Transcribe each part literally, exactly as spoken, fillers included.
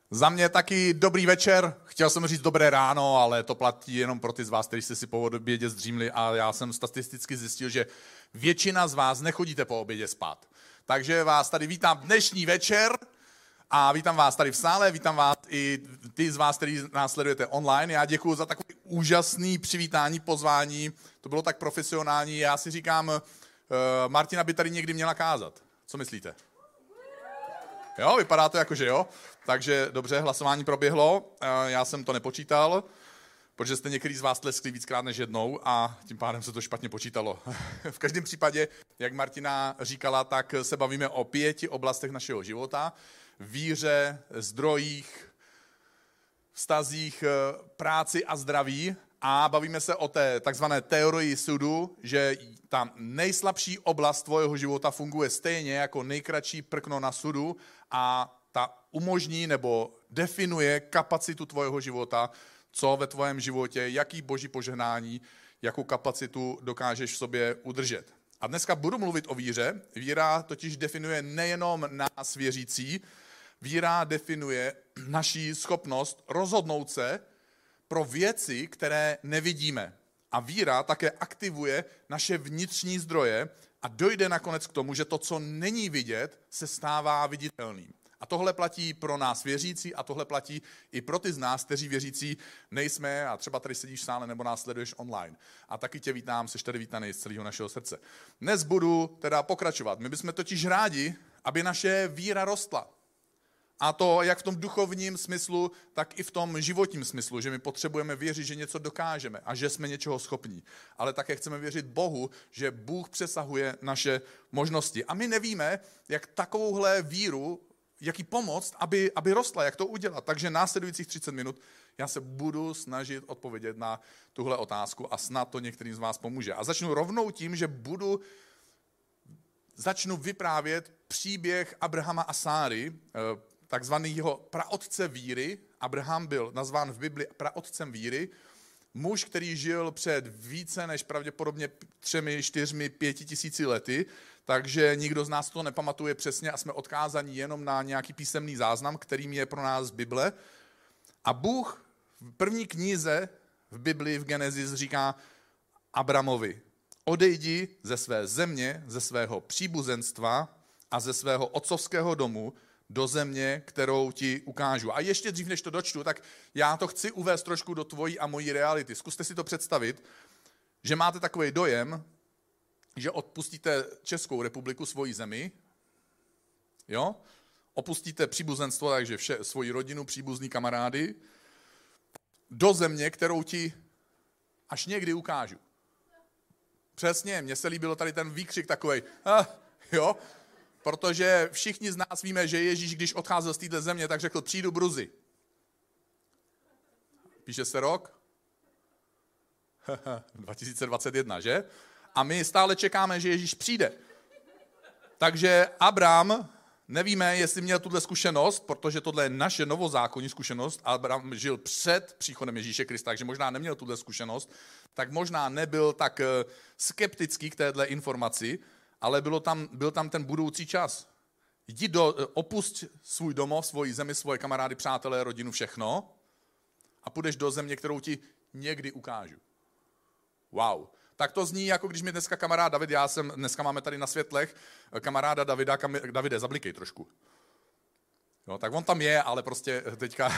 Za mě taky dobrý večer, chtěl jsem říct dobré ráno, ale to platí jenom pro ty z vás, kteří jste si po obědě zdřímli a já jsem statisticky zjistil, že většina z vás nechodíte po obědě spát. Takže vás tady vítám dnešní večer a vítám vás tady v sále, vítám vás i ty z vás, kteří nás sledujete online. Já děkuji za takový úžasný přivítání, pozvání, to bylo tak profesionální. Já si říkám, uh, Martina by tady někdy měla kázat. Co myslíte? Jo, vypadá to jako, že jo. Takže dobře, hlasování proběhlo, já jsem to nepočítal, protože jste některý z vás tleskli víckrát než jednou a tím pádem se to špatně počítalo. V každém případě, jak Martina říkala, tak se bavíme o pěti oblastech našeho života. Víře, zdrojích, vztazích, práci a zdraví. A bavíme se o té takzvané teorii sudu, že ta nejslabší oblast tvojho života funguje stejně jako nejkratší prkno na sudu a ta umožní nebo definuje kapacitu tvojho života, co ve tvém životě, jaký boží požehnání, jakou kapacitu dokážeš v sobě udržet. A dneska budu mluvit o víře. Víra totiž definuje nejenom nás věřící, víra definuje naši schopnost rozhodnout se pro věci, které nevidíme. A víra také aktivuje naše vnitřní zdroje a dojde nakonec k tomu, že to, co není vidět, se stává viditelným. A tohle platí pro nás věřící a tohle platí i pro ty z nás, kteří věřící nejsme a třeba tady sedíš v sále nebo nás sleduješ online. A taky tě vítám, seš tady vítaný z celého našeho srdce. Dnes budu teda pokračovat. My bychom totiž rádi, aby naše víra rostla. A to jak v tom duchovním smyslu, tak i v tom životním smyslu, že my potřebujeme věřit, že něco dokážeme a že jsme něčeho schopní. Ale také chceme věřit Bohu, že Bůh přesahuje naše možnosti. A my nevíme, jak takovouhle víru, jak jí pomoct, aby, aby rostla, jak to udělat. Takže následujících třicet minut já se budu snažit odpovědět na tuhle otázku a snad to některým z vás pomůže. A začnu rovnou tím, že budu začnu vyprávět příběh Abrahama a Sáry, takzvanýho praotce víry. Abraham byl nazván v Bibli praotcem víry. Muž, který žil před více než pravděpodobně třemi, čtyřmi, pěti tisíci lety, takže nikdo z nás to nepamatuje přesně a jsme odkázaní jenom na nějaký písemný záznam, kterým je pro nás Bible. A Bůh v první knize v Bibli, v Genesis, říká Abramovi, odejdi ze své země, ze svého příbuzenstva a ze svého otcovského domu do země, kterou ti ukážu. A ještě dřív, než to dočtu, tak já to chci uvést trošku do tvojí a mojí reality. Zkuste si to představit, že máte takový dojem, že odpustíte Českou republiku, svoji zemi, jo? Opustíte příbuzenstvo, takže vše, svoji rodinu, příbuzní kamarády, do země, kterou ti až někdy ukážu. Přesně, mně se líbilo tady ten výkřik takovej, ah, jo? Protože všichni z nás víme, že Ježíš, když odcházel z této země, tak řekl, přijdu brzy. Píše se rok? dva tisíce dvacet jedna, že? A my stále čekáme, že Ježíš přijde. Takže Abram, nevíme, jestli měl tuhle zkušenost, protože tohle je naše novozákonní zkušenost. Abram žil před příchodem Ježíše Krista, takže možná neměl tuhle zkušenost, tak možná nebyl tak skeptický k téhle informaci, ale bylo tam, byl tam ten budoucí čas. Jdi do, opusť svůj domov, svoji zemi, svoje kamarády, přátelé, rodinu, všechno a půjdeš do země, kterou ti někdy ukážu. Wow. Tak to zní, jako když mi dneska kamarád David, já jsem, dneska máme tady na světlech kamaráda Davida, kam, Davide, zablikej trošku. Jo, tak on tam je, ale prostě teďka...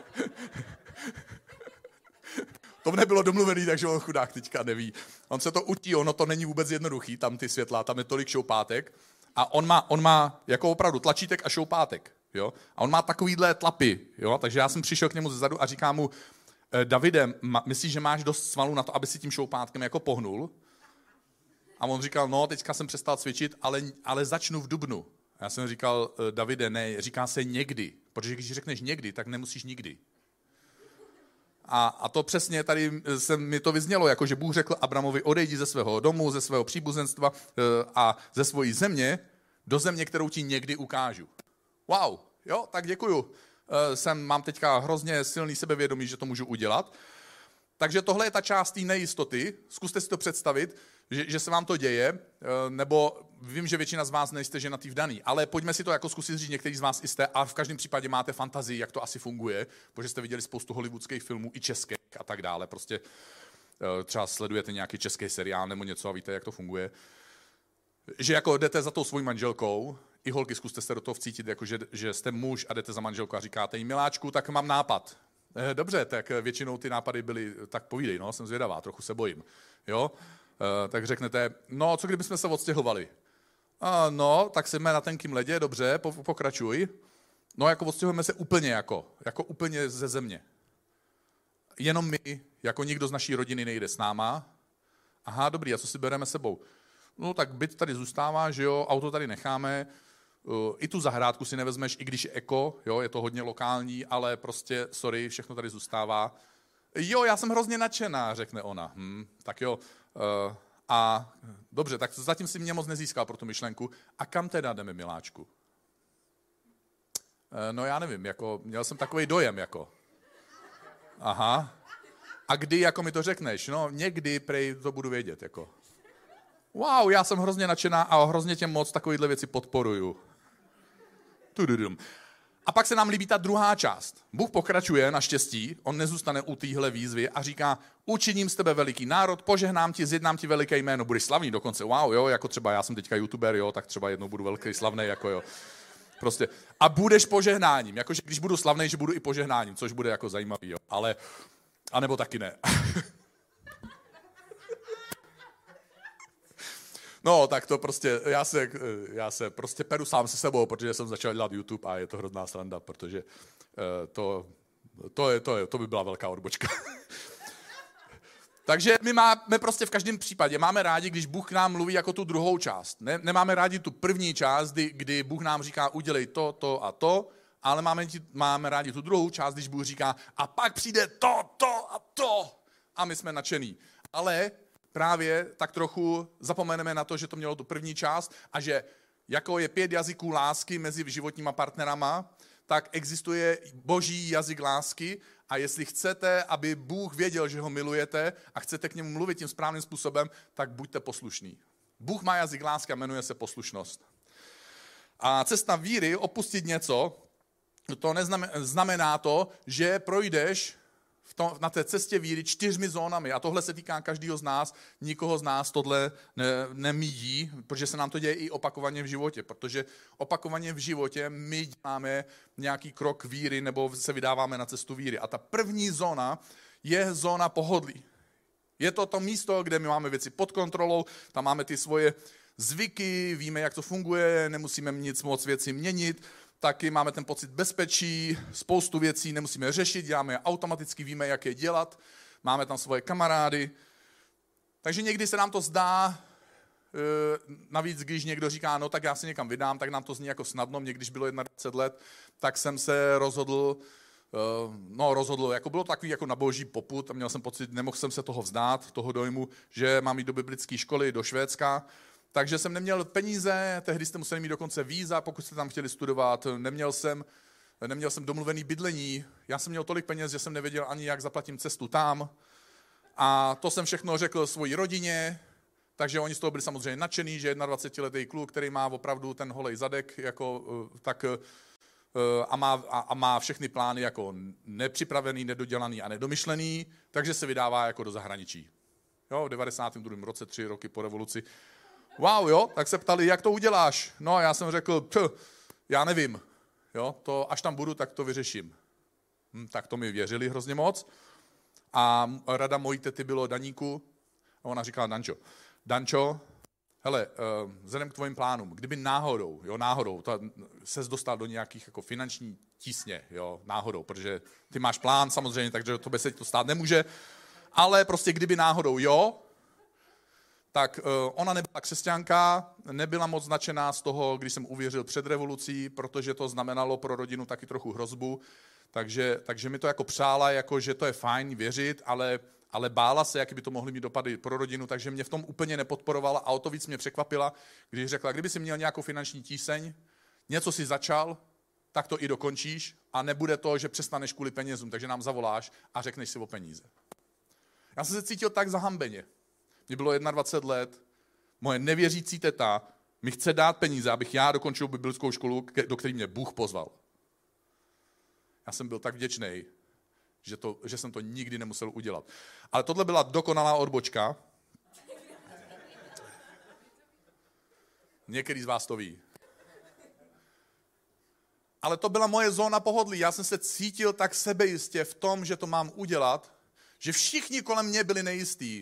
To nebylo domluvený, takže on chudák teďka neví. On se to utí, ono to není vůbec jednoduchý, tam ty světla, tam je tolik šoupátek. A on má, on má jako opravdu tlačítek a šoupátek. Jo? A on má takovýhle tlapy. Jo? Takže já jsem přišel k němu zezadu a říkám mu, Davide, myslíš, že máš dost svalů na to, aby si tím šoupátkem jako pohnul? A on říkal, no, teďka jsem přestal cvičit, ale, ale začnu v dubnu. A já jsem říkal, Davide, ne, říká se někdy. Protože když řekneš někdy, tak nemusíš nikdy. A, a to přesně tady se mi to vyznělo, jako že Bůh řekl Abramovi, odejdi ze svého domu, ze svého příbuzenstva a ze svojí země do země, kterou ti někdy ukážu. Wow, jo, tak děkuju. Jsem, mám teďka hrozně silný sebevědomí, že to můžu udělat. Takže tohle je ta část té nejistoty. Zkuste si to představit, že, že se vám to děje, nebo vím, že většina z vás nejste ženatý vdaný, ale pojďme si to jako zkusit říct, někteří z vás jste a v každém případě máte fantazii, jak to asi funguje, protože jste viděli spoustu hollywoodských filmů i českých a tak dále. Prostě třeba sledujete nějaký český seriál nebo něco a víte, jak to funguje. Že jako jdete za tou svojí manželkou, i holky, zkuste se do toho vcítit, jako že, že jste muž a jdete za manželkou a říkáte jí, miláčku, tak mám nápad. Dobře, tak většinou ty nápady byly, tak povídej, no, jsem zvědavá, trochu se bojím. Jo? E, tak řeknete, no, co kdybychom se odstěhovali? A, no, tak jsme na tenkým ledě, dobře, po, pokračuj. No, jako odstěhujeme se úplně jako, jako úplně ze země. Jenom my, jako nikdo z naší rodiny nejde s náma. Aha, dobrý, a co si bereme sebou? No, tak byt tady zůstává, že jo, auto tady necháme, i tu zahrádku si nevezmeš, i když je eko, jo, je to hodně lokální, ale prostě, sorry, všechno tady zůstává. Jo, já jsem hrozně nadšená, řekne ona. Hm, tak jo, uh, a dobře, tak zatím si mě moc nezískal pro tu myšlenku. A kam teda jdeme, miláčku? Uh, no já nevím, jako, měl jsem takový dojem, jako. Aha. A kdy, jako mi to řekneš? No, někdy, prej, to budu vědět, jako. Wow, já jsem hrozně nadšená a hrozně tě moc takovýhle věci podporuju. Tududum. A pak se nám líbí ta druhá část. Bůh pokračuje, naštěstí, on nezůstane u téhle výzvy a říká, učiním z tebe veliký národ, požehnám ti, zjednám ti veliké jméno, budeš slavný dokonce, wow, jo, jako třeba já jsem teďka youtuber, jo, tak třeba jednou budu velký slavný, jako jo. Prostě. A budeš požehnáním, jakože když budu slavný, že budu i požehnáním, což bude jako zajímavý, jo, ale, anebo taky ne. No, tak to prostě, já se, já se prostě peru sám se sebou, protože jsem začal dělat YouTube a je to hrozná sranda, protože uh, to, to, je, to, je, to by byla velká odbočka. Takže my máme prostě v každém případě, máme rádi, když Bůh k nám mluví jako tu druhou část. Ne, nemáme rádi tu první část, kdy, kdy Bůh nám říká, udělej to, to a to, ale máme, máme rádi tu druhou část, když Bůh říká, a pak přijde to, to a to. A my jsme nadšený. Ale právě tak trochu zapomeneme na to, že to mělo tu první část a že jako je pět jazyků lásky mezi životníma partnerama, tak existuje boží jazyk lásky a jestli chcete, aby Bůh věděl, že ho milujete a chcete k němu mluvit tím správným způsobem, tak buďte poslušní. Bůh má jazyk lásky a jmenuje se poslušnost. A cesta víry, opustit něco, to neznamená to, že projdeš v tom, na té cestě víry čtyřmi zónami. A tohle se týká každého z nás. Nikoho z nás tohle ne, nemíjí, protože se nám to děje i opakovaně v životě. Protože opakovaně v životě my děláme nějaký krok víry nebo se vydáváme na cestu víry. A ta první zóna je zóna pohodlí. Je to to místo, kde my máme věci pod kontrolou, tam máme ty svoje zvyky, víme, jak to funguje, nemusíme nic moc věcí měnit, taky máme ten pocit bezpečí, spoustu věcí nemusíme řešit, děláme je automaticky, víme, jak je dělat, máme tam svoje kamarády. Takže někdy se nám to zdá, navíc když někdo říká, no tak já se někam vydám, tak nám to zní jako snadno. Mě když bylo dvacet jedna let, tak jsem se rozhodl, no rozhodl, jako bylo takový jako na boží popud a měl jsem pocit, nemohl jsem se toho vzdát, toho dojmu, že mám jít do biblické školy, do Švédska. Takže jsem neměl peníze, tehdy jste museli mít dokonce víza, pokud jste tam chtěli studovat, neměl jsem, neměl jsem domluvený bydlení, já jsem měl tolik peněz, že jsem nevěděl ani, jak zaplatím cestu tam. A to jsem všechno řekl svojí rodině, takže oni z toho byli samozřejmě nadšený, že dvacetiletý kluk, který má opravdu ten holej zadek, jako, tak, a, má, a má všechny plány jako nepřipravený, nedodělaný a nedomyšlený, takže se vydává jako do zahraničí. Jo, v devadesátém druhém roce, tři roky po revoluci. Wow, jo, tak se ptali, jak to uděláš? No, já jsem řekl, já nevím, jo, to, až tam budu, tak to vyřeším. Hm, tak to mi věřili hrozně moc. A rada mojí tety bylo Daníku, a ona říkala Dančo, Dančo, hele, uh, vzhledem k tvojim plánům, kdyby náhodou, jo, náhodou, ta, ses dostal do nějakých jako finanční tísně, jo, náhodou, protože ty máš plán samozřejmě, takže to by se to stát nemůže, ale prostě kdyby náhodou, jo, tak uh, ona nebyla křesťanka, nebyla moc značená z toho, když jsem uvěřil před revolucí, protože to znamenalo pro rodinu taky trochu hrozbu, takže, takže mi to jako přála, jako, že to je fajn věřit, ale, ale bála se, jaký by to mohly mít dopady pro rodinu, takže mě v tom úplně nepodporovala a o to víc mě překvapila, když řekla, kdyby si měl nějakou finanční tíseň, něco si začal, tak to i dokončíš a nebude to, že přestaneš kvůli penězům, takže nám zavoláš a řekneš si o peníze. Já jsem se cítil tak zahambeně. Mně bylo dvacet jedna let, moje nevěřící teta mi chce dát peníze, abych já dokončil biblickou školu, do které mě Bůh pozval. Já jsem byl tak vděčný, že, to, že jsem to nikdy nemusel udělat. Ale tohle byla dokonalá odbočka. Některý z vás to ví. Ale to byla moje zóna pohodlí. Já jsem se cítil tak sebejistě v tom, že to mám udělat, že všichni kolem mě byli nejistí.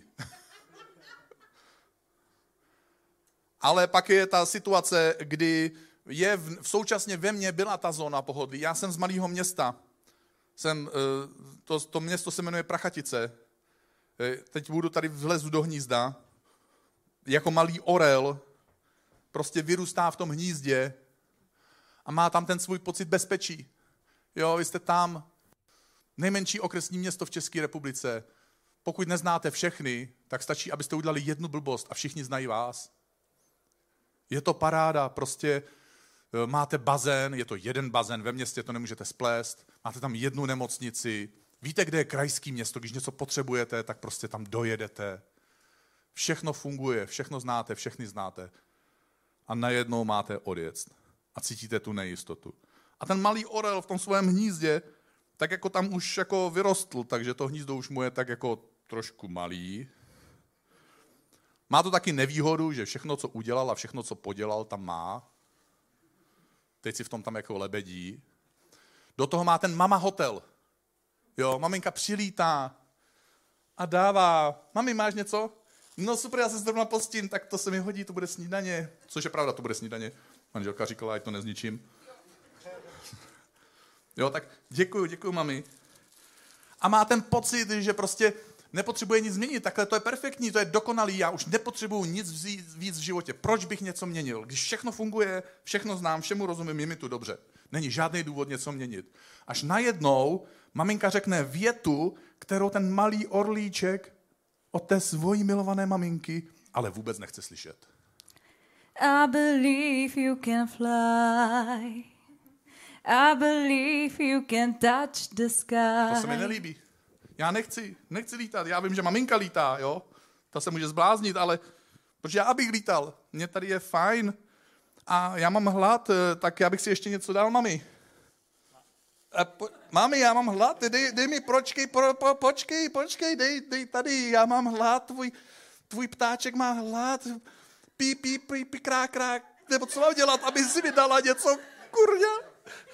Ale pak je ta situace, kdy je v, v současně ve mně byla ta zóna pohodlí. Já jsem z malého města. Jsem, to, to město se jmenuje Prachatice. Teď budu tady vlezu do hnízda. Jako malý orel prostě vyrůstá v tom hnízdě a má tam ten svůj pocit bezpečí. Jo, vy jste tam. Nejmenší okresní město v České republice. Pokud neznáte všechny, tak stačí, abyste udělali jednu blbost a všichni znají vás. Je to paráda, prostě máte bazén, je to jeden bazén ve městě, to nemůžete splést, máte tam jednu nemocnici, víte, kde je krajský město, když něco potřebujete, tak prostě tam dojedete. Všechno funguje, všechno znáte, všechny znáte. A najednou máte odjet a cítíte tu nejistotu. A ten malý orel v tom svém hnízdě, tak jako tam už jako vyrostl, takže to hnízdo už mu je tak jako trošku malý. Má to taky nevýhodu, že všechno, co udělal a všechno, co podělal, tam má. Teď si v tom tam jako lebedí. Do toho má ten mama hotel. Jo, maminka přilítá a dává. Mami, máš něco? No super, já se zrovna postím, tak to se mi hodí, to bude snídaně. Což je pravda, to bude snídaně. Manželka říkala, ať to nezničím. Jo, tak děkuju, děkuju, mami. A má ten pocit, že prostě nepotřebuje nic změnit, takhle to je perfektní, to je dokonalý, já už nepotřebuju nic vzít, víc v životě. Proč bych něco měnil? Když všechno funguje, všechno znám, všemu rozumím, je mi tu dobře. Není žádný důvod něco měnit. Až najednou maminka řekne větu, kterou ten malý orlíček od té svojí milované maminky ale vůbec nechce slyšet. I believe you can fly. I believe you can touch the sky. To se mi nelíbí. Já nechci, nechci lítat. Já vím, že maminka lítá, jo. Ta se může zbláznit, ale protože já bych lítal. Mně tady je fajn a já mám hlad, tak já bych si ještě něco dal, mami. A po, mami, já mám hlad, dej, dej mi, počkej, po, po, počkej, počkej, dej, dej tady, já mám hlad, tvůj, tvůj ptáček má hlad, pí, pí, pí, pí, krák, krák, nebo co mám dělat, aby si mi dala něco, kurňa.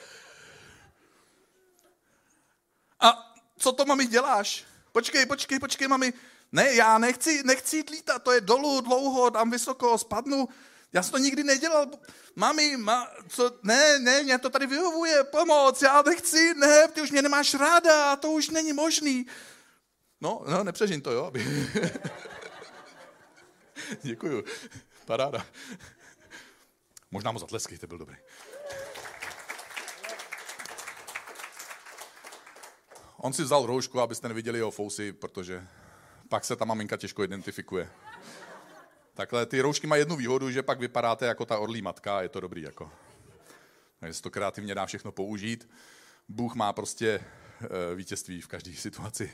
A co to, mami, děláš? Počkej, počkej, počkej, mami. Ne, já nechci, nechci jít lítat, to je dolů, dlouho, tam vysoko, spadnu. Já jsem to nikdy nedělal. Mami, ma, co, ne, ne, mě to tady vyhovuje, pomoc, já nechci, ne, ty už mě nemáš ráda, to už není možný. No, no, nepřežin to, jo. Děkuju, paráda. Možná mu zatleskejte, byl dobrý. On si vzal roušku, abyste neviděli jeho fousy, protože pak se ta maminka těžko identifikuje. Takhle ty roušky mají jednu výhodu, že pak vypadáte jako ta orlí matka a je to dobrý. Jako. Takže se to kreativně dá všechno použít. Bůh má prostě e, vítězství v každé situaci.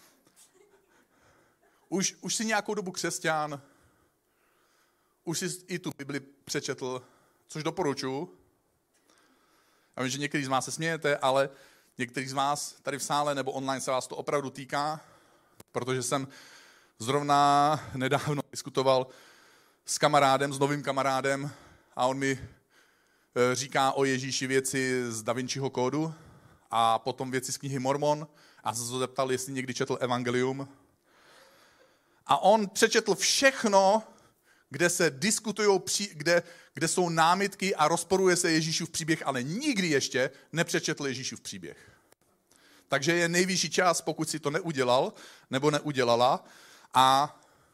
Už, už si nějakou dobu křesťan, už si i tu Bibli přečetl, což doporučuji. Já vím, že některý z vás se smějete, ale některý z vás tady v sále nebo online se vás to opravdu týká, protože jsem zrovna nedávno diskutoval s kamarádem, s novým kamarádem a on mi říká o Ježíši věci z Da Vinciho kódu a potom věci z knihy Mormon a jsem se zeptal, jestli někdy četl Evangelium. A on přečetl všechno, kde se diskutují, kde, kde jsou námitky a rozporuje se Ježíšův příběh, ale nikdy ještě nepřečetl Ježíšův příběh. Takže je nejvyšší čas, pokud si to neudělal nebo neudělala a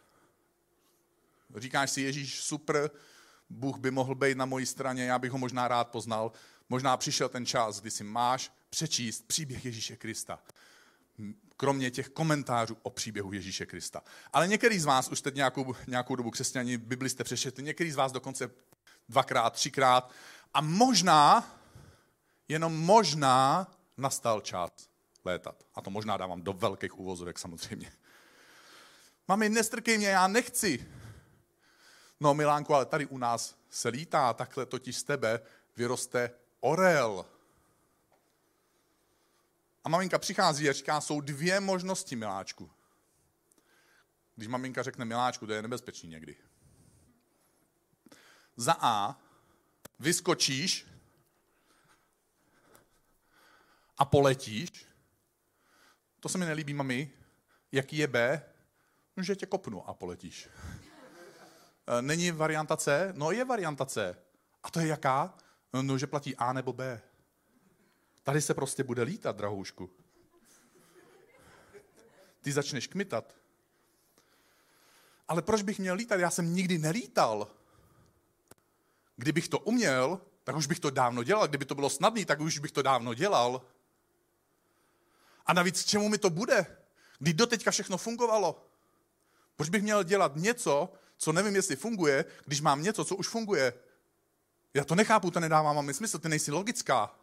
říkáš si, Ježíš, super, Bůh by mohl být na mojí straně, já bych ho možná rád poznal. Možná přišel ten čas, kdy si máš přečíst příběh Ježíše Krista. Kromě těch komentářů o příběhu Ježíše Krista. Ale některý z vás už jste nějakou, nějakou dobu křesťaní, Bibli jste přečetli, některý z vás dokonce dvakrát, třikrát a možná, jenom možná nastal čas létat. A to možná dávám do velkých uvozovek samozřejmě. Mami, nestrkej mě, já nechci. No Milánku, ale tady u nás se lítá, takhle totiž z tebe vyroste orel. A maminka přichází a říká, jsou dvě možnosti, miláčku. Když maminka řekne miláčku, to je nebezpečný někdy. Za A, vyskočíš a poletíš. To se mi nelíbí, mami. Jaký je B? Že tě kopnu a poletíš. Není varianta C? No je varianta C. A to je jaká? No, že platí A nebo B. Tady se prostě bude lítat, drahoušku. Ty začneš kmitat. Ale proč bych měl lítat? Já jsem nikdy nelítal. Kdybych to uměl, tak už bych to dávno dělal. Kdyby to bylo snadné, tak už bych to dávno dělal. A navíc, čemu mi to bude? Když doteďka všechno fungovalo. Proč bych měl dělat něco, co nevím, jestli funguje, když mám něco, co už funguje? Já to nechápu, to nedává mi smysl, ty nejsi logická.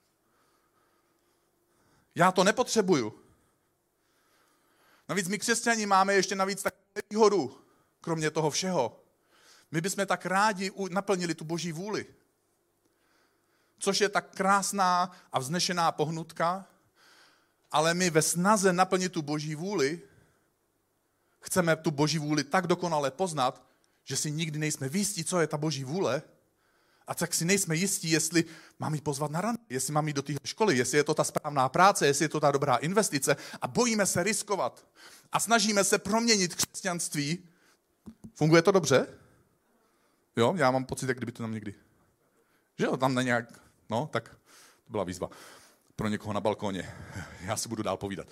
Já to nepotřebuju. Navíc my křesťani máme ještě navíc takovou výhodu, kromě toho všeho. My bychom tak rádi naplnili tu boží vůli. Což je tak krásná a vznešená pohnutka, ale my ve snaze naplnit tu boží vůli chceme tu boží vůli tak dokonale poznat, že si nikdy nejsme jistí, co je ta boží vůle, a tak si nejsme jistí, jestli mám jí pozvat na rande, jestli mám jít do té školy, jestli je to ta správná práce, jestli je to ta dobrá investice, a bojíme se riskovat. A snažíme se proměnit křesťanství. Funguje to dobře? Jo, já mám pocit, jak kdyby to tam někdy. Že jo, tam není nějak, no, tak to byla výzva pro někoho na balkóně. Já si budu dál povídat.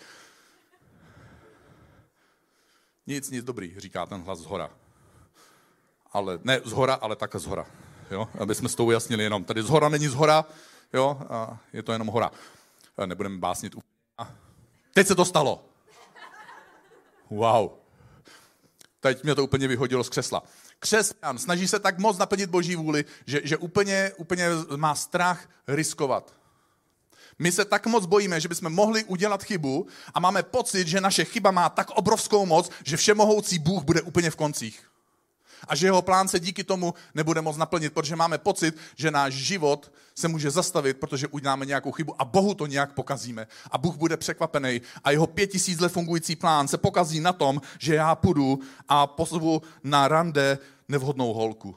Nic, nic dobrý, říká ten hlas zhora. Ale, ne zhora, ale takhle zhora. Jo, aby jsme s tou ujasnili jenom. Tady zhora není zhora, jo, a je to jenom hora. Nebudeme básnit. Teď se to stalo. Wow. Teď mě to úplně vyhodilo z křesla. Křesťan snaží se tak moc naplnit boží vůli, že, že úplně, úplně má strach riskovat. My se tak moc bojíme, že bychom mohli udělat chybu a máme pocit, že naše chyba má tak obrovskou moc, že všemohoucí Bůh bude úplně v koncích. A že jeho plán se díky tomu nebude moc naplnit, protože máme pocit, že náš život se může zastavit, protože uděláme nějakou chybu a Bohu to nějak pokazíme. A Bůh bude překvapený a jeho pět tisíc let fungující plán se pokazí na tom, že já půjdu a pozvu na rande nevhodnou holku.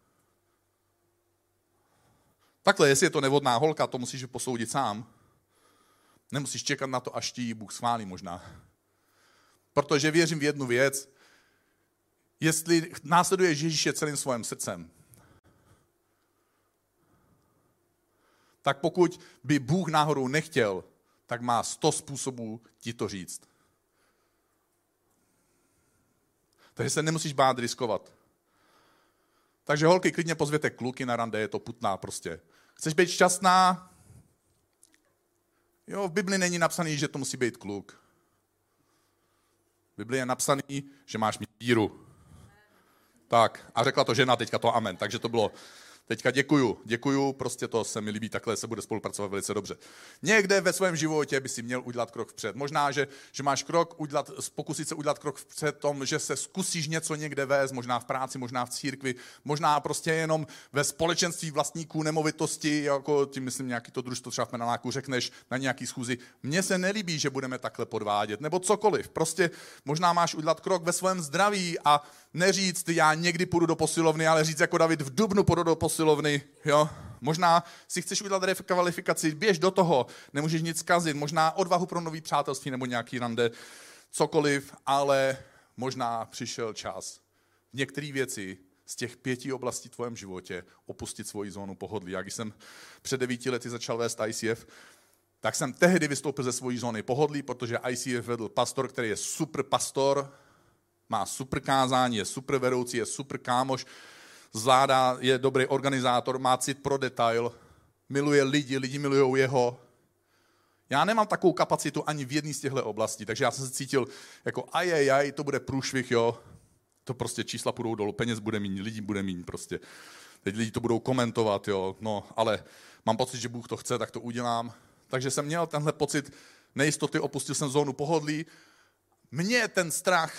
Takhle, jestli je to nevhodná holka, to musíš posoudit sám. Nemusíš čekat na to, až ti Bůh schválí možná. Protože věřím v jednu věc, jestli následuješ Ježíše celým svým srdcem, tak pokud by Bůh náhodou nechtěl, tak má sto způsobů ti to říct. Takže se nemusíš bát riskovat. Takže holky, klidně pozvěte kluky na rande, je to putná prostě. Chceš být šťastná? Jo, v Bibli není napsaný, že to musí být kluk. V Bibli je napsaný, že máš mít víru. Tak, a řekla to žena, teďka to amen, takže to bylo, teďka děkuju, děkuju, prostě to se mi líbí, takhle se bude spolupracovat velice dobře. Někde ve svém životě by si měl udělat krok vpřed. Možná, že, že máš krok, udělat, pokusit se udělat krok vpřed tom, že se zkusíš něco někde vést, možná v práci, možná v církvi, možná prostě jenom ve společenství vlastníků nemovitosti, jako tím myslím nějaký to družstvo třeba v Menaláku, řekneš na nějaký schůzi, mně se nelíbí, že budeme takhle podvádět, nebo cokoliv. Prostě možná máš udělat krok ve svém zdraví a neříct, já někdy půjdu do posilovny, ale říct jako David, v dubnu půjdu do posilovny, jo. Možná si chceš udělat rekvalifikaci, běž do toho, nemůžeš nic zkazit, možná odvahu pro nový přátelství nebo nějaký rande, cokoliv, ale možná přišel čas v některé věci z těch pěti oblastí v tvém životě opustit svoji zónu pohodlí. Já když jsem před devíti lety začal vést I C F, tak jsem tehdy vystoupil ze svojí zóny pohodlí, protože I C F vedl pastor, který je super pastor, má super kázání, je super vedoucí, je super kámoš, zvládá, je dobrý organizátor, má cit pro detail, miluje lidi, lidi milujou jeho. Já nemám takovou kapacitu ani v jedné z těchto oblastí, takže já jsem se cítil jako ajajaj, to bude průšvih, jo. To prostě čísla půjdou dolů, peněz bude míň, lidí bude míň prostě. Teď lidi to budou komentovat, jo, no, ale mám pocit, že Bůh to chce, tak to udělám. Takže jsem měl tenhle pocit nejistoty, opustil jsem zónu pohodlí. Mě ten strach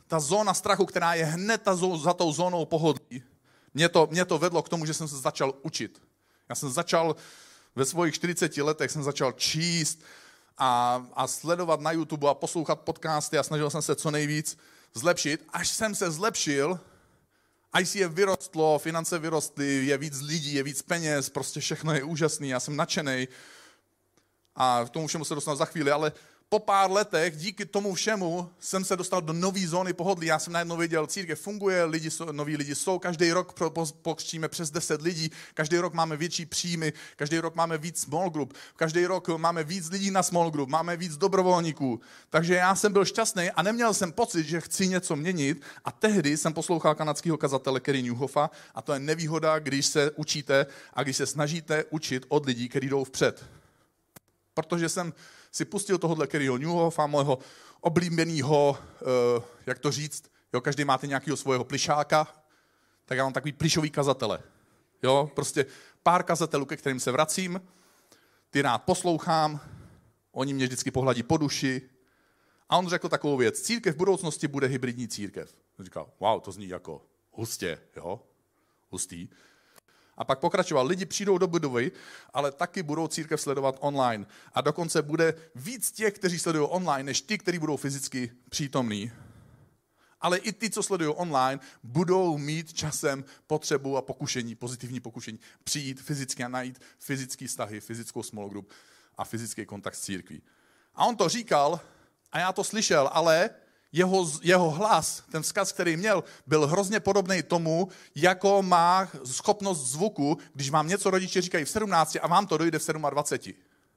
ta zóna strachu, která je hned ta zó, za tou zónou pohodlí, mě to, mě to vedlo k tomu, že jsem se začal učit. Já jsem začal, ve svých čtyřiceti letech jsem začal číst a, a sledovat na YouTube a poslouchat podcasty a snažil jsem se co nejvíc zlepšit, až jsem se zlepšil, až si je vyrostlo, finance vyrostly, je víc lidí, je víc peněz, prostě všechno je úžasný, já jsem nadšenej a k tomu všemu se dostanu za chvíli, ale po pár letech díky tomu všemu jsem se dostal do nové zóny pohodlí. Já jsem najednou věděl, církev funguje, lidi jsou, noví lidi jsou, každý rok pokřtíme přes deset lidí, každý rok máme větší příjmy, každý rok máme víc small group, každý rok máme víc lidí na small group, máme víc dobrovolníků. Takže já jsem byl šťastný a neměl jsem pocit, že chci něco měnit a tehdy jsem poslouchal kanadského kazatele Kerry Newhoffa a to je nevýhoda, když se učíte a když se snažíte učit od lidí, kteří jdou vpřed. Protože jsem si pustil tohohle Kerryho Newhoffa, mojho oblíbeného, uh, jak to říct, jo, každý máte nějakého svého plišáka, tak já mám takový plišový kazatele. Jo, prostě pár kazatelů, ke kterým se vracím, ty rád poslouchám, oni mě vždycky pohladí po duši a on řekl takovou věc, církev v budoucnosti bude hybridní církev. On říkal, wow, to zní jako hustě, jo, hustý. A pak pokračoval, lidi přijdou do budovy, ale taky budou církev sledovat online. A dokonce bude víc těch, kteří sledují online, než ty, kteří budou fyzicky přítomní. Ale i ty, co sledují online, budou mít časem potřebu a pokušení, pozitivní pokušení, přijít fyzicky a najít fyzické vztahy, fyzickou small group a fyzický kontakt s církví. A on to říkal a já to slyšel, ale Jeho, jeho hlas, ten vzkaz, který měl, byl hrozně podobný tomu, jako má schopnost zvuku, když vám něco rodiče říkají v sedmnácti a vám to dojde v dvaceti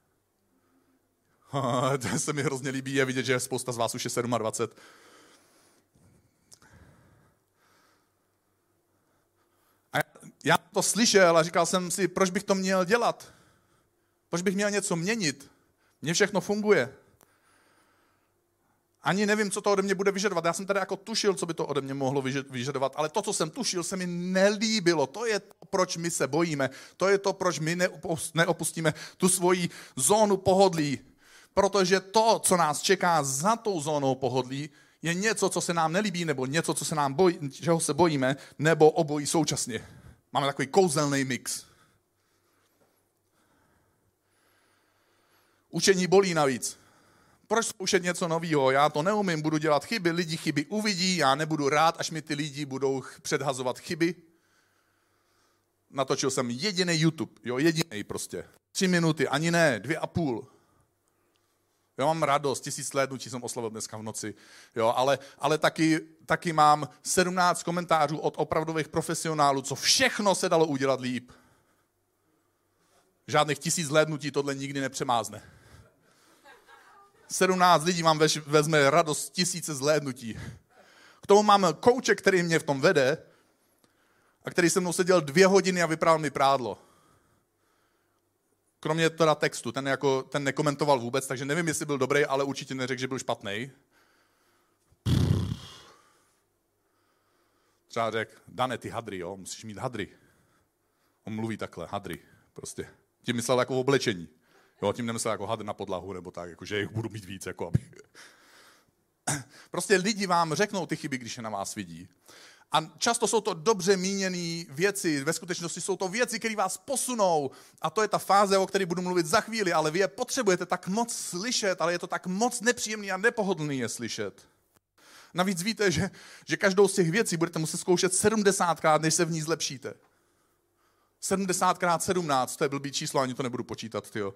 sedmi. To se mi hrozně líbí, je vidět, že spousta z vás už je dvacet sedm. A já to slyšel a říkal jsem si, proč bych to měl dělat? Proč bych měl něco měnit? Mně všechno funguje. Ani nevím, co to ode mě bude vyžadovat. Já jsem tady jako tušil, co by to ode mě mohlo vyžadovat, ale to, co jsem tušil, se mi nelíbilo. To je to, proč my se bojíme. To je to, proč my neopustíme tu svoji zónu pohodlí. Protože to, co nás čeká za tou zónou pohodlí, je něco, co se nám nelíbí, nebo něco, co se nám bojí, čeho se bojíme, nebo obojí současně. Máme takový kouzelný mix. Učení bolí navíc. Proč zkoušet něco nového? Já to neumím, budu dělat chyby, lidi chyby uvidí, já nebudu rád, až mi ty lidi budou předhazovat chyby. Natočil jsem jediný YouTube, jo, jediný prostě. Tři minuty, ani ne, dvě a půl. Já mám radost, tisíc hlédnutí jsem oslavil dneska v noci, jo, ale, ale taky, taky mám sedmnáct komentářů od opravdových profesionálů, co všechno se dalo udělat líp. Žádných tisíc hlédnutí tohle nikdy nepřemázne. sedmnáct lidí vám vezme radost tisíce zhlédnutí. K tomu mám kouče, který mě v tom vede a který se mnou seděl dvě hodiny a vyprávěl mi prádlo. Kromě teda textu, ten, jako, ten nekomentoval vůbec, takže nevím, jestli byl dobrý, ale určitě neřekl, že byl špatný. Třeba řekl, Dane, ty hadry, jo, musíš mít hadry. On mluví takhle, hadry, prostě. Tím myslel jako oblečení. Jo, tím nemyslel jako hadr na podlahu, nebo tak, jako, že jich budu mít víc, jako aby... Prostě lidi vám řeknou ty chyby, když je na vás vidí. A často jsou to dobře míněné věci, ve skutečnosti jsou to věci, které vás posunou. A to je ta fáze, o které budu mluvit za chvíli, ale vy je potřebujete tak moc slyšet, ale je to tak moc nepříjemný a nepohodlný je slyšet. Navíc víte, že, že každou z těch věcí budete muset zkoušet sedmdesátkrát, než se v ní zlepšíte. sedmdesát krát sedmnáct, to je blbý číslo, ani to nebudu počítat, tyjo.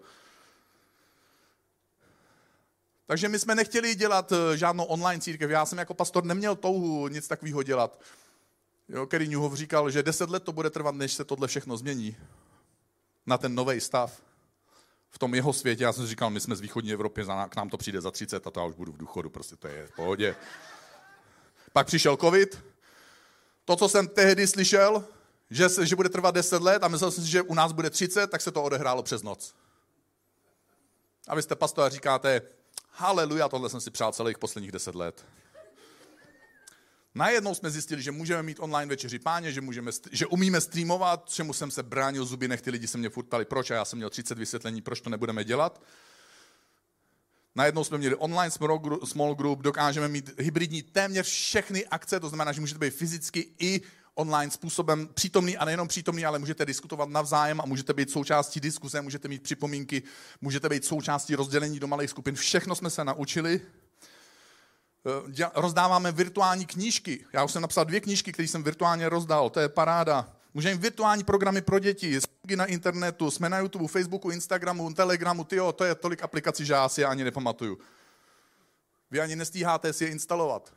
Takže my jsme nechtěli dělat žádnou online církev. Já jsem jako pastor neměl touhu nic takového dělat. Jo, Kerry Newhoff říkal, že deset let to bude trvat, než se tohle všechno změní. Na ten nový stav. V tom jeho světě, já jsem říkal, my jsme z východní Evropy, k nám to přijde za třicet a to já už budu v důchodu, prostě to je v pohodě. Pak přišel covid. To, co jsem tehdy slyšel, že, se, že bude trvat deset let a myslel jsem si, že u nás bude třicet, tak se to odehrálo přes noc. A vy jste pastor a říkáte, haleluja, tohle jsem si přál celých posledních deset let. Najednou jsme zjistili, že můžeme mít online večeři Páně, že, můžeme, že umíme streamovat, čemu jsem se bránil zuby, nech ty lidi se mě furt ptali, proč, a já jsem měl třicet vysvětlení, proč to nebudeme dělat. Najednou jsme měli online small group, dokážeme mít hybridní téměř všechny akce, to znamená, že můžete být fyzicky i online způsobem přítomný a nejenom přítomný, ale můžete diskutovat navzájem a můžete být součástí diskuze, můžete mít připomínky, můžete být součástí rozdělení do malých skupin. Všechno jsme se naučili. Rozdáváme virtuální knížky. Já už jsem napsal dvě knížky, které jsem virtuálně rozdal, to je paráda. Můžeme virtuální programy pro děti, jsme na internetu, jsme na YouTube, Facebooku, Instagramu, Telegramu, tyjo, to je tolik aplikací, že já si je ani nepamatuju. Vy ani nestíháte si je instalovat.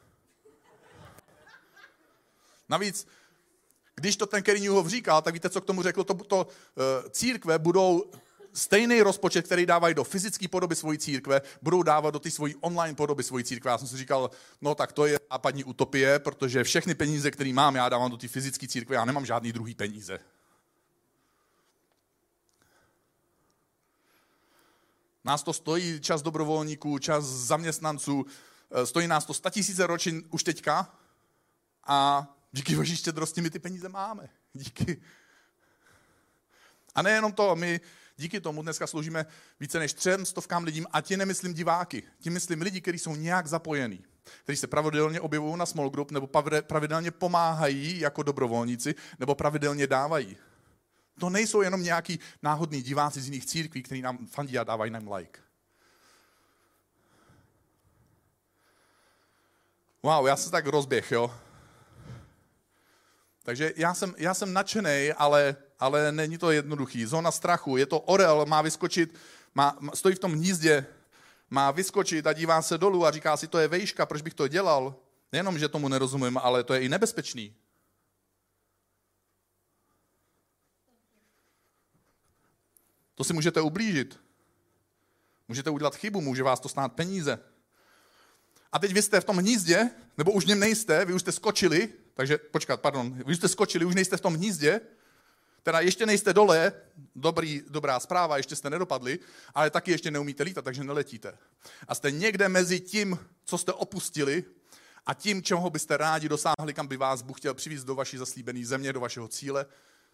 Navíc, když to ten Kerry Newhoff říkal, tak víte, co k tomu řekl, to, to církve budou stejný rozpočet, který dávají do fyzické podoby svojí církve, budou dávat do té svojí online podoby svojí církve. Já jsem si říkal, no tak to je západní utopie, protože všechny peníze, které mám, já dávám do té fyzické církve, já nemám žádný druhý peníze. Nás to stojí čas dobrovolníků, čas zaměstnanců, stojí nás to statisíce ročin už teďka a díky vaší štědrosti my ty peníze máme. Díky. A nejenom to, my díky tomu dneska sloužíme více než třem stovkám lidím a ti nemyslím diváky, ti myslím lidi, kteří jsou nějak zapojení, kteří se pravidelně objevují na small group nebo pravidelně pomáhají jako dobrovolníci nebo pravidelně dávají. To nejsou jenom nějaký náhodní diváci z jiných církví, kteří nám fandí a dávají nám like. Wow, já se tak rozběh, jo. Takže já jsem, já jsem nadšenej, ale, ale není to jednoduchý. Zóna strachu, je to orel, má vyskočit, má, stojí v tom hnízdě, má vyskočit a dívá se dolů a říká si, to je vejška, proč bych to dělal? Nejenom, že tomu nerozumím, ale to je i nebezpečný. To si můžete ublížit. Můžete udělat chybu, může vás to stát peníze. A teď vy jste v tom hnízdě, nebo už v něm nejste, vy už jste skočili, takže počkat, pardon, vy už jste skočili, už nejste v tom hnízdě, teda ještě nejste dole, dobrý, dobrá zpráva, ještě jste nedopadli, ale taky ještě neumíte lítat, takže neletíte. A jste někde mezi tím, co jste opustili, a tím, čeho byste rádi dosáhli, kam by vás Bůh chtěl přivést do vaší zaslíbené země, do vašeho cíle.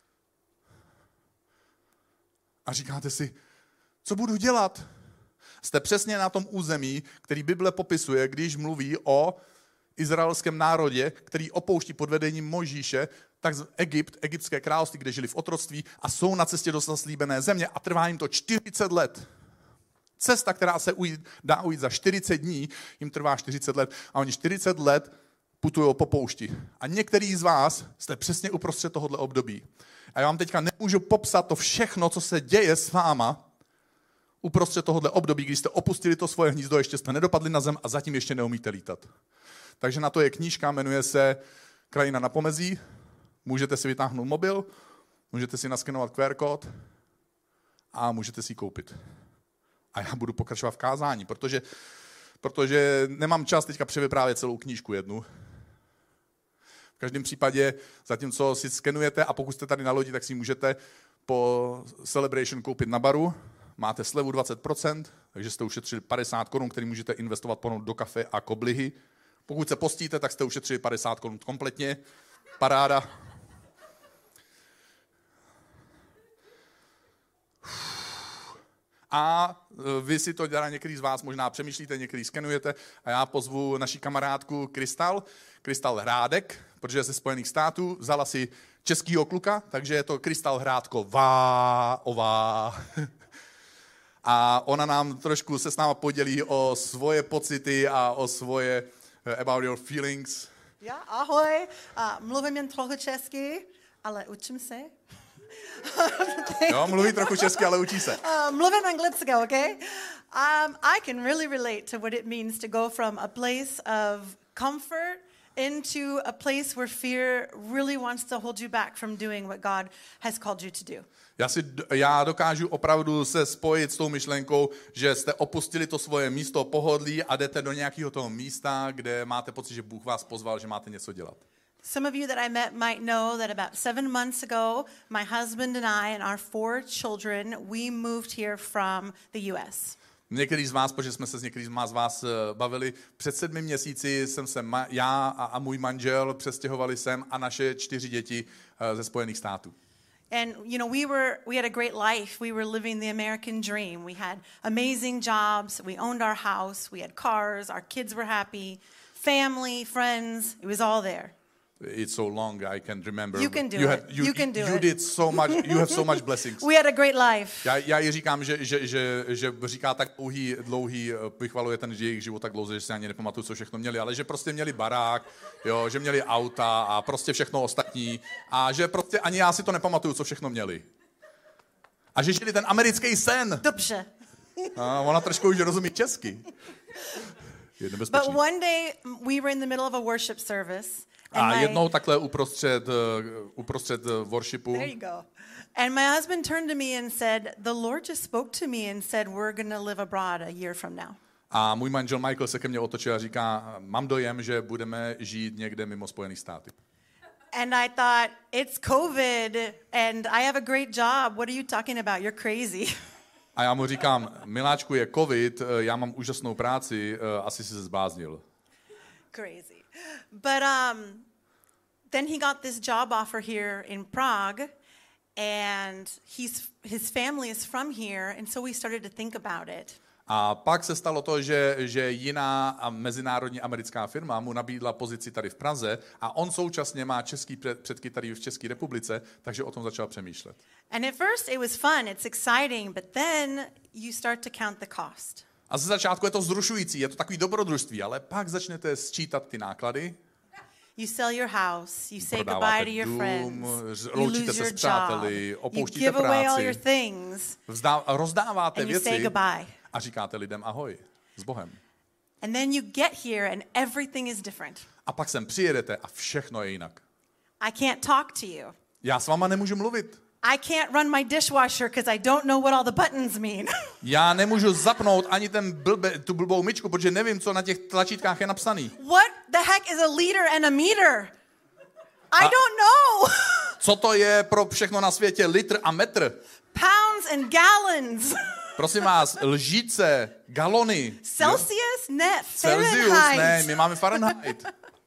A říkáte si, co budu dělat? Jste přesně na tom území, který Bible popisuje, když mluví o izraelském národě, který opouští pod vedením Mojžíše, tak z Egypt, egyptské království, kde žili v otroctví a jsou na cestě do zaslíbené země a trvá jim to čtyřicet let. Cesta, která se ujít, dá ujít za čtyřicet dní, jim trvá čtyřicet let a oni čtyřicet let putují po poušti. A některý z vás jste přesně uprostřed tohohle období. A já vám teďka nemůžu popsat to všechno, co se děje s váma uprostřed tohohle období, když jste opustili to svoje hnízdo, ještě jste nedopadli na zem a zatím ještě neumíte lítat. Takže na to je knížka, jmenuje se Krajina na pomezí. Můžete si vytáhnout mobil, můžete si naskenovat Q R kód a můžete si ji koupit. A já budu pokračovat v kázání, protože, protože nemám čas teďka převyprávět celou knížku jednu. V každém případě, zatímco si skenujete a pokud jste tady na lodi, tak si můžete po Celebration koupit na baru. Máte slevu dvacet procent, takže jste ušetřili padesát korun, který můžete investovat ponout do kafe a koblihy. Pokud se postíte, tak jste ušetřili padesát korun kompletně. Paráda. A vy si to dělá, některý z vás možná přemýšlíte, některý skenujete a já pozvu naši kamarádku Krystal, Krystal Hrádek, protože je ze Spojených států, vzala si českýho kluka, takže je to Krystal Hrádková, ová. A ona nám trošku se s náma podělí o svoje pocity a o svoje about your feelings. Já, ahoj, a mluvím jen trochu česky, ale učím se. Jo, mluví trochu česky, ale učí se. Uh, mluvím anglicky, okay? Um, I can really relate to what it means to go from a place of comfort into a place where fear really wants to hold you back from doing what God has called you to do. Já, si, já dokážu opravdu se spojit s tou myšlenkou, že jste opustili to svoje místo pohodlí a jdete do nějakého toho místa, kde máte pocit, že Bůh vás pozval, že máte něco dělat. Some of you that I met might know that about seven months ago, my husband and I and our four children, we moved here from the U S. Některý z vás, protože jsme se s některým z vás bavili, před sedmi měsíci jsem se ma, já a, a můj manžel přestěhovali sem a naše čtyři děti ze Spojených států. And you know, we were we had a great life. We were living the American dream. We had amazing jobs. We owned our house. We had cars. Our kids were happy. Family, friends. It was all there. It's so long I can remember. You can do you it. Had, you, You can do you it. did so much. You have so much blessings. We had a great life. Já, já jí říkám, že, že, že, že říká tak dlouhý, dlouhý, vychvaluje ten jejich život tak dlouze, že si ani nepamatuju, co všechno měli, ale že prostě měli barák, jo, že měli auta a prostě všechno ostatní a že prostě ani já si to nepamatuju, co všechno měli. A že žili ten americký sen. Dobře. A ona trošku už rozumí česky. Je But nebezpečný. one day we were in the middle of a worship service. A my- jednou takhle uprostřed, uh, uprostřed uh, worshipu There you go. And my husband turned to me and said, "The Lord just spoke to me and said we're going to live abroad a year from now." a můj manžel Michael se ke mně otočil a říká, mám dojem, že budeme žít někde mimo Spojených státy. And I thought, it's COVID and I have a great job. What are you talking about? You're crazy. A já mu říkám, miláčku, je covid, uh, já mám úžasnou práci, uh, asi si se zbláznil. Crazy. But um, then he got this job offer here in Prague, and he's his family is from here, and so we started to think about it. A pak se stalo to, že, že jiná a mezinárodní americká firma mu nabídla pozici tady v Praze a on současně má český před- předky tady v České republice, takže o tom začal přemýšlet. And at first it was fun, it's exciting, but then you start to count the cost. A ze začátku je to vzrušující, je to takový dobrodružství, ale pak začnete sčítat ty náklady, You sell your house, you say prodáváte goodbye to your dům, friends, ř- you loučíte lose se your s job, přáteli, you opouštíte give away all práci. your things, Vzdá, rozdáváte and you say věci goodbye. a říkáte lidem ahoj, s Bohem. And then you get here and everything is different. A pak sem přijedete a všechno je jinak. I can't talk to you. Já s váma nemůžu mluvit. I can't run my dishwasher because I don't know what all the buttons mean. Já nemůžu zapnout ani ten blbe, tu blbou myčku, protože nevím, co na těch tlačítkách je napsaný. What the heck is a liter and a meter? I don't know. Co to je pro všechno na světě litr a metr? Pounds and gallons. Prosím vás, lžíce, galony. Celsius? Ne, Celsius, Fahrenheit. ne, my máme Fahrenheit.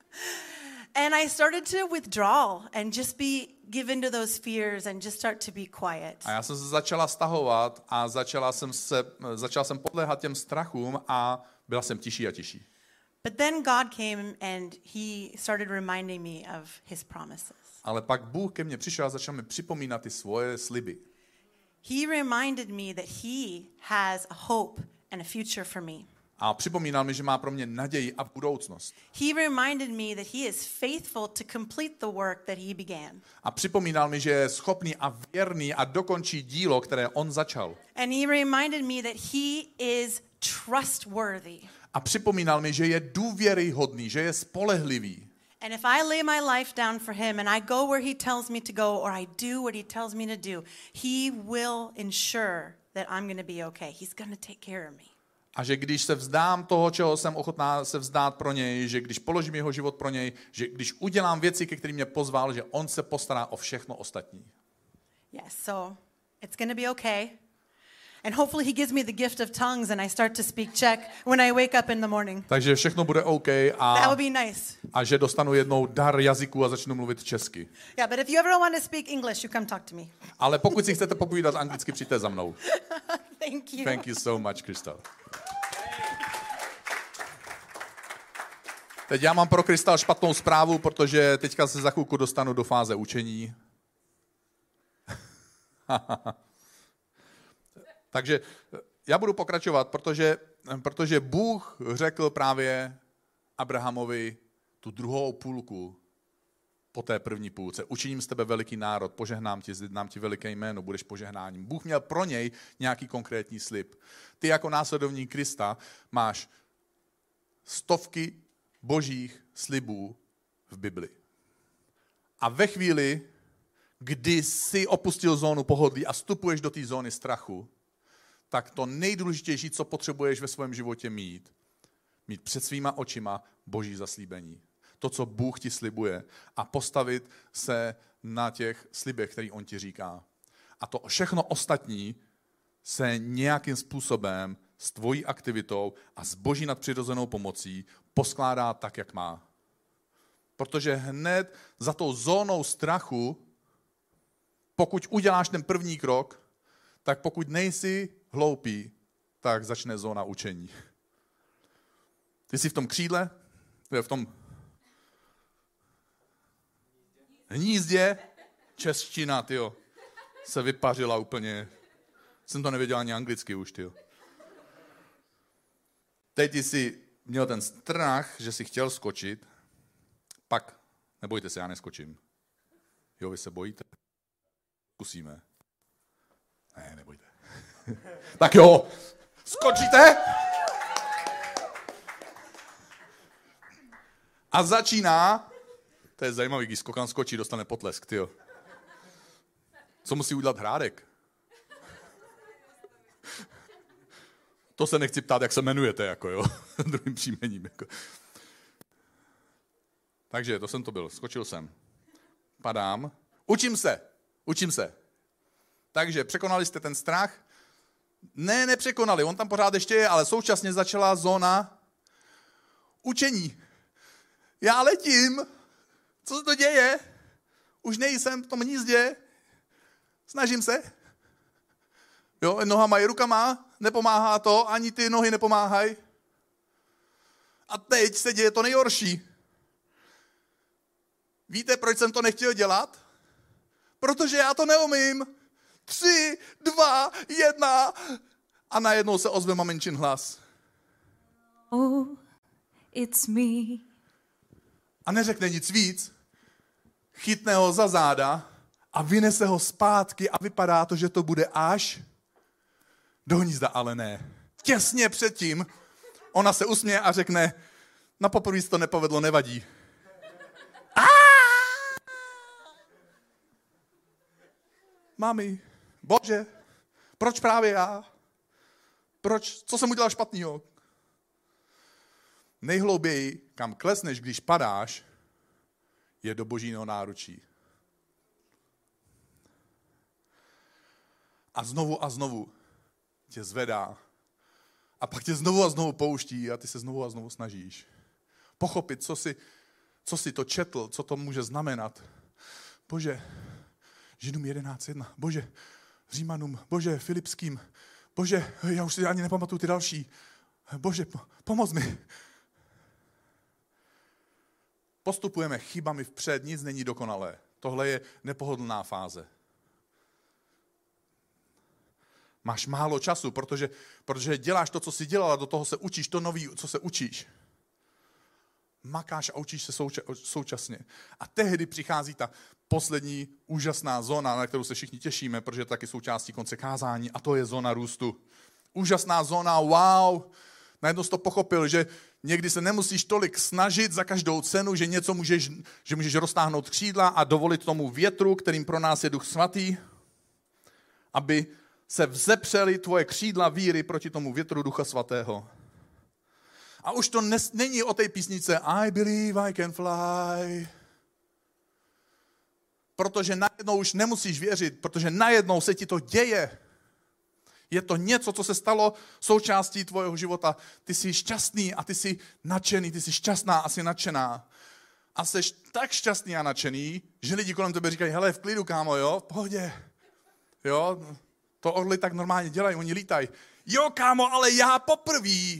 And I started to withdraw and just be given to those fears and just start to be quiet. A já jsem se začala stahovat a začala jsem, se, začala jsem podléhat těm strachům a byla jsem tiší a tiší. But then God came and he started reminding me of his promises. Ale pak Bůh ke mně přišel a začal mi připomínat ty svoje sliby. He reminded me that he has a hope and a future for me. A připomínal mi, že má pro mě naději a budoucnost. He reminded me that he is faithful to complete the work that he began. A připomínal mi, že je schopný a věrný a dokončí dílo, které on začal. And he reminded me that he is trustworthy. A připomínal mi, že je důvěryhodný, že je spolehlivý. And if I lay my life down for him and I go where he tells me to go or I do what he tells me to do, he will ensure that I'm going to be okay. He's going to take care of me. A že když se vzdám toho, čeho jsem ochotná se vzdát pro něj, že když položím jeho život pro něj, že když udělám věci, ke kterým mě pozval, že on se postará o všechno ostatní. Yes, so it's going to be okay. And hopefully he gives me the gift of tongues and I start to speak Czech when I wake up in the morning. Takže všechno bude OK That a, would be nice. a že dostanu jednou dar jazyku a začnu mluvit česky. Yeah, but if you ever want to speak English, you come talk to me. Ale pokud si chcete popovídat anglicky, přijďte za mnou. Thank you. Thank you so much, Krystal. Teď já mám pro Krystal špatnou zprávu, protože teďka se za chvilku dostanu do fáze učení. Takže já budu pokračovat, protože, protože Bůh řekl právě Abrahamovi tu druhou půlku po té první půlce. Učiním z tebe veliký národ, požehnám ti, dám ti veliké jméno, budeš požehnáním. Bůh měl pro něj nějaký konkrétní slib. Ty jako následovník Krista máš stovky božích slibů v Bibli. A ve chvíli, kdy jsi opustil zónu pohodlí a vstupuješ do té zóny strachu, tak to nejdůležitější, co potřebuješ ve svém životě mít, mít před svýma očima boží zaslíbení. To, co Bůh ti slibuje a postavit se na těch slibech, který on ti říká. A to všechno ostatní se nějakým způsobem s tvojí aktivitou a s boží nadpřirozenou pomocí poskládá tak, jak má. Protože hned za tou zónou strachu pokud uděláš ten první krok, tak pokud nejsi hloupý, tak začne zóna učení. Ty jsi v tom křídle, v tom hnízdě, čeština, tyjo, se vypařila úplně. Jsem to nevěděl ani anglicky už, tyjo. Teď ty jsi měl ten strach, že jsi chtěl skočit, pak, nebojte se, já neskočím. Jo, vy se bojíte? Zkusíme. Ne, nebojte. Tak jo, skočíte? A začíná, to je zajímavý, když skokan skočí, dostane potlesk, tyjo. Co musí udělat Hrádek? To se nechci ptát, jak se jmenujete, jako jo, druhým příjmením. Jako. Takže to jsem to byl, skočil jsem. Padám. Učím se, učím se. Takže překonali jste ten strach? Ne, nepřekonali, on tam pořád ještě je, ale současně začala zóna učení. Já letím, co se to děje? Už nejsem v tom hnízdě, snažím se. Jo, nohama i rukama, nepomáhá to, ani ty nohy nepomáhají. A teď se děje to nejhorší. Víte, proč jsem to nechtěl dělat? Protože já to neumím. Tři, dva, jedna a najednou se ozve maminčin hlas. Oh, it's me. A neřekne nic víc. Chytne ho za záda a vynese ho zpátky a vypadá to, že to bude až do hnízda, ale ne. Těsně předtím ona se usměje a řekne, na poprvé se to nepovedlo, nevadí. Mami, Bože, proč právě já? Proč? Co jsem udělal špatného? Nejhlouběji, kam klesneš, když padáš, je do Božího náručí. A znovu a znovu tě zvedá. A pak tě znovu a znovu pouští a ty se znovu a znovu snažíš pochopit, co jsi, co jsi to četl, co to může znamenat. Bože, Židům jedenáct jedna. Bože, Římanům. Bože, Filipským. Bože, já už si ani nepamatuju ty další. Bože, pomoz mi. Postupujeme chybami vpřed, nic není dokonalé. Tohle je nepohodlná fáze. Máš málo času, protože, protože děláš to, co jsi dělal a do toho se učíš to nový, co se učíš. Makáš a učíš se souča- současně. A tehdy přichází ta poslední úžasná zóna, na kterou se všichni těšíme, protože je taky součástí konce kázání, a to je zóna růstu. Úžasná zóna, wow! Najednou jsi to pochopil, že někdy se nemusíš tolik snažit za každou cenu, že něco můžeš, že můžeš roztáhnout křídla a dovolit tomu větru, kterým pro nás je Duch Svatý, aby se vzepřely tvoje křídla víry proti tomu větru Ducha Svatého. A už to nes, není o té písnice I believe I can fly. Protože najednou už nemusíš věřit, protože najednou se ti to děje. Je to něco, co se stalo součástí tvojho života. Ty jsi šťastný a ty jsi nadšený, ty jsi šťastná a jsi nadšená. A jsi tak šťastný a nadšený, že lidi kolem tebe říkají, hele, v klidu, kámo, jo, v pohodě. Jo, to orly tak normálně dělají, oni lítají. Jo, kámo, ale já poprvé.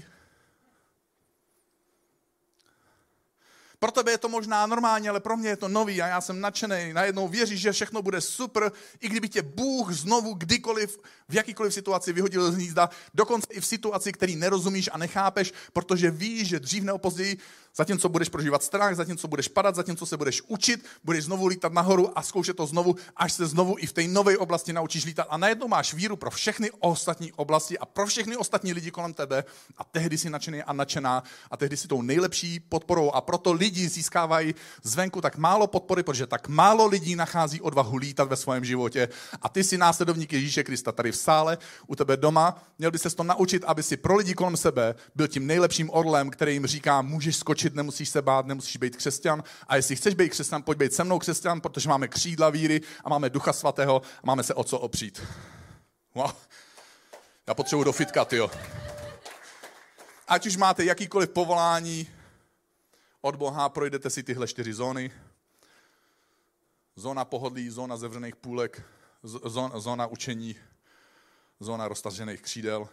Pro tebe je to možná normálně, ale pro mě je to nový a já jsem nadšený. Najednou věříš, že všechno bude super, i kdyby tě Bůh znovu kdykoliv, v jakýkoliv situaci vyhodil z hnízda, dokonce i v situaci, který nerozumíš a nechápeš, protože víš, že dřív nebo později, zatímco budeš prožívat strach, zatímco budeš padat, zatímco se budeš učit, budeš znovu lítat nahoru a zkoušet to znovu, až se znovu i v té nové oblasti naučíš lítat. A najednou máš víru pro všechny ostatní oblasti a pro všechny ostatní lidi kolem tebe a tehdy jsi nadšený a nadšená a tehdy si tou nejlepší podporou a proto lidi získávají zvenku tak málo podpory, protože tak málo lidí nachází odvahu lítat ve svém životě. A ty jsi následovník Ježíše Krista tady v sále, u tebe doma. Měl by ses to naučit, aby si pro lidi kolem sebe byl tím nejlepším orlem, který jim říká, můžeš skočit, nemusíš se bát, nemusíš být křesťan. A jestli chceš být křesťan, pojď být se mnou křesťan, protože máme křídla víry a máme Ducha Svatého a máme se o co opřít. Wow. Já potřebuji do fitka, tyjo. Ať už máte jakýkoliv povolání od Boha, projdete si tyhle čtyři zóny. Zóna pohodlí, zóna zevřených půlek, zóna, zóna učení, zóna roztažených křídel.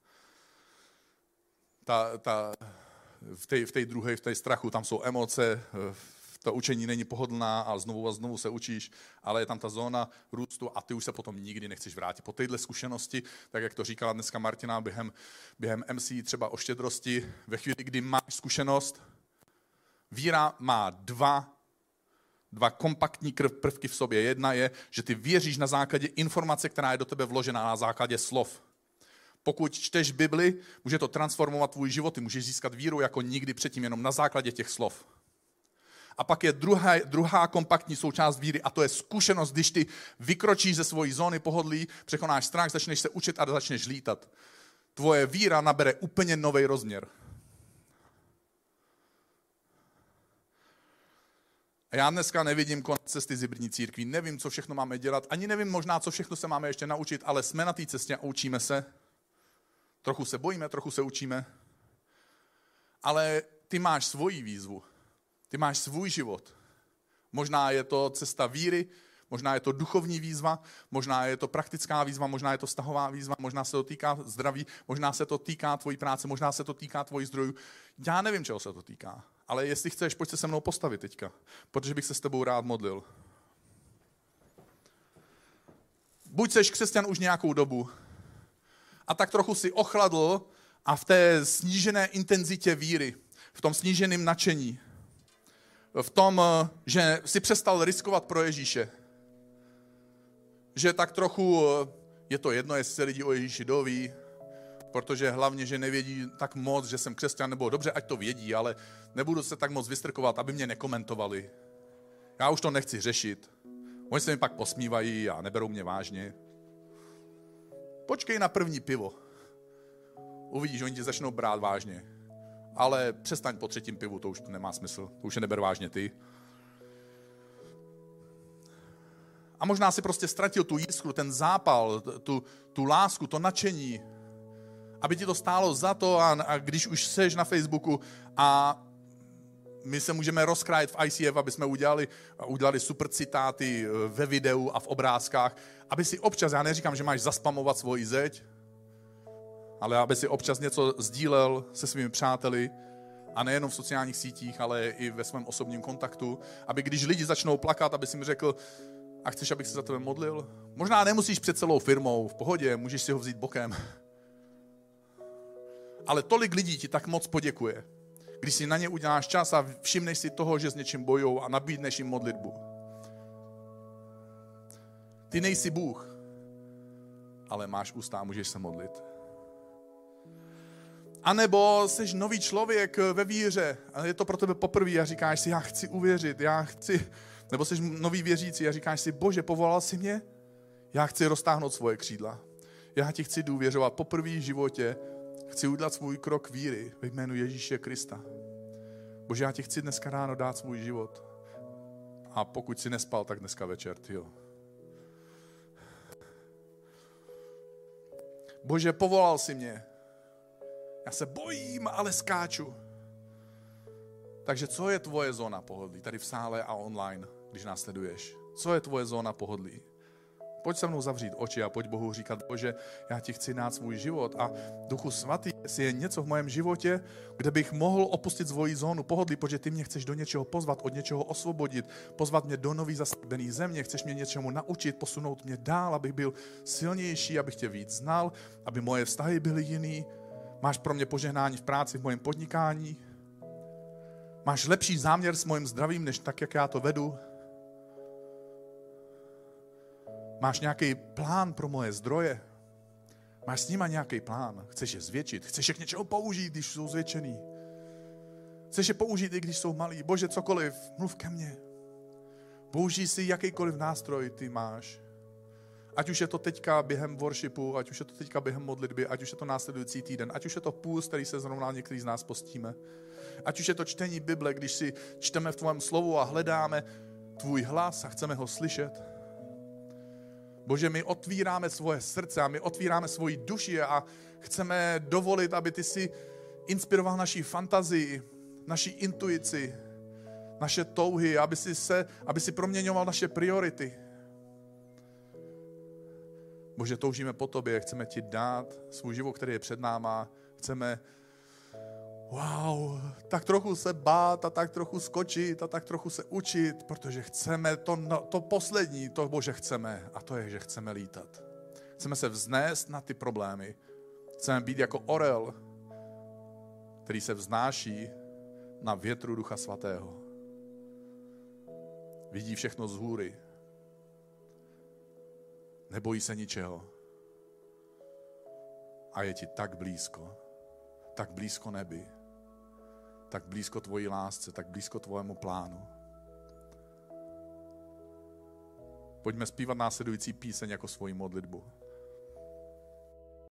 Ta, ta, v té v té druhé, v té strachu, tam jsou emoce, to učení není pohodlná a znovu a znovu se učíš, ale je tam ta zóna růstu a ty už se potom nikdy nechceš vrátit. Po téhle zkušenosti, tak jak to říkala dneska Martina během, během M C třeba o štědrosti, ve chvíli, kdy máš zkušenost, víra má dva, dva kompaktní prvky v sobě. Jedna je, že ty věříš na základě informace, která je do tebe vložená na základě slov. Pokud čteš Bibli, může to transformovat tvůj život, ty můžeš získat víru jako nikdy předtím jenom na základě těch slov. A pak je druhá, druhá kompaktní součást víry a to je zkušenost, když ty vykročíš ze svojí zóny pohodlí, překonáš strach, začneš se učit a začneš lítat. Tvoje víra nabere úplně nový rozměr. A já dneska nevidím konec cesty z hybridní církví, nevím, co všechno máme dělat, ani nevím možná, co všechno se máme ještě naučit, ale jsme na té cestě a učíme se. Trochu se bojíme, trochu se učíme. Ale ty máš svoji výzvu. Ty máš svůj život. Možná je to cesta víry, možná je to duchovní výzva, možná je to praktická výzva, možná je to vztahová výzva, možná se to týká zdraví, možná se to týká tvojí práce, možná se to týká tvojich zdrojů. Já nevím, čeho se to týká, ale jestli chceš, pojď se se mnou postavit teďka, protože bych se s tebou rád modlil. Buď seš křesťan už nějakou dobu a tak trochu si ochladl a v té snížené intenzitě víry, v tom sníženém nadšení, v tom, že si přestal riskovat pro Ježíše. Že tak trochu je to jedno, jestli se lidi o Ježíši doví, protože hlavně, že nevědí tak moc, že jsem křesťan, nebo dobře, ať to vědí, ale nebudu se tak moc vystrkovat, aby mě nekomentovali. Já už to nechci řešit. Oni se mi pak posmívají a neberou mě vážně. Počkej na první pivo. Uvidíš, oni tě začnou brát vážně. Ale přestaň po třetím pivu, to už nemá smysl, to už je neber vážně ty. A možná si prostě ztratil tu jiskru, ten zápal, tu, tu lásku, to nadšení, aby ti to stálo za to a, a když už seš na Facebooku a my se můžeme rozkrájet v I C F, aby jsme udělali, udělali super citáty ve videu a v obrázkách, aby si občas, já neříkám, že máš zaspamovat svoji zeď, ale aby si občas něco sdílel se svými přáteli a nejenom v sociálních sítích, ale i ve svém osobním kontaktu, aby když lidi začnou plakat, aby si mi řekl, a chceš, abych se za tebe modlil? Možná nemusíš před celou firmou, v pohodě, můžeš si ho vzít bokem. Ale tolik lidí ti tak moc poděkuje, když si na ně uděláš čas a všimneš si toho, že s něčím bojujou a nabídneš jim modlitbu. Ty nejsi Bůh, ale máš ústa a můžeš se modlit. A nebo jsi nový člověk ve víře a je to pro tebe poprvé a říkáš si, já chci uvěřit, já chci, nebo jsi nový věřící a říkáš si, Bože, povolal jsi mě? Já chci roztáhnout svoje křídla. Já ti chci důvěřovat poprvé v životě, chci udělat svůj krok víry ve jménu Ježíše Krista. Bože, já ti chci dneska ráno dát svůj život. A pokud jsi nespal, tak dneska večer, tyjo. Bože, povolal jsi mě. Já se bojím, ale skáču. Takže co je tvoje zóna pohodlí tady v sále a online, když nás sleduješ? Co je tvoje zóna pohodlí? Pojď se mnou zavřít oči a pojď Bohu říkat, Bože, já ti chci dát svůj život a Duchu Svatý, jestli je něco v mém životě, kde bych mohl opustit svoji zónu pohodlí, protože ty mě chceš do něčeho pozvat, od něčeho osvobodit, pozvat mě do nový zaslíbený země, chceš mě něčemu naučit, posunout mě dál, abych byl silnější, abych tě víc znal, aby moje vztahy byly jiný. Máš pro mě požehnání v práci, v mém podnikání. Máš lepší záměr s mojím zdravím, než tak, jak já to vedu. Máš nějaký plán pro moje zdroje? Máš s nima nějaký plán? Chceš je zvětšit? Chceš je k něčemu použít, když jsou zvětšený? Chceš je použít, i když jsou malí? Bože, cokoliv, mluv ke mně. Použij si jakýkoliv nástroj ty máš. Ať už je to teďka během worshipu, ať už je to teďka během modlitby, ať už je to následující týden, ať už je to půst, který se zrovna některý z nás postíme. Ať už je to čtení Bible, když si čteme v tvém slovu a hledáme tvůj hlas a chceme ho slyšet. Bože, my otvíráme svoje srdce a my otvíráme svoji duši a chceme dovolit, aby ty si inspiroval naší fantazii, naší intuici, naše touhy, aby si, se, aby si proměňoval naše priority. Bože, toužíme po tobě, chceme ti dát svůj život, který je před náma, chceme wow, tak trochu se bát a tak trochu skočit a tak trochu se učit, protože chceme to, no, to poslední, to Bože chceme, a to je, že chceme lítat. Chceme se vznést na ty problémy. Chceme být jako orel, který se vznáší na větru Ducha Svatého. Vidí všechno z hůry. Nebojí se ničeho. A je ti tak blízko. Tak blízko nebi. Tak blízko tvojí lásce, tak blízko tvojemu plánu. Pojďme zpívat následující píseň jako svoji modlitbu.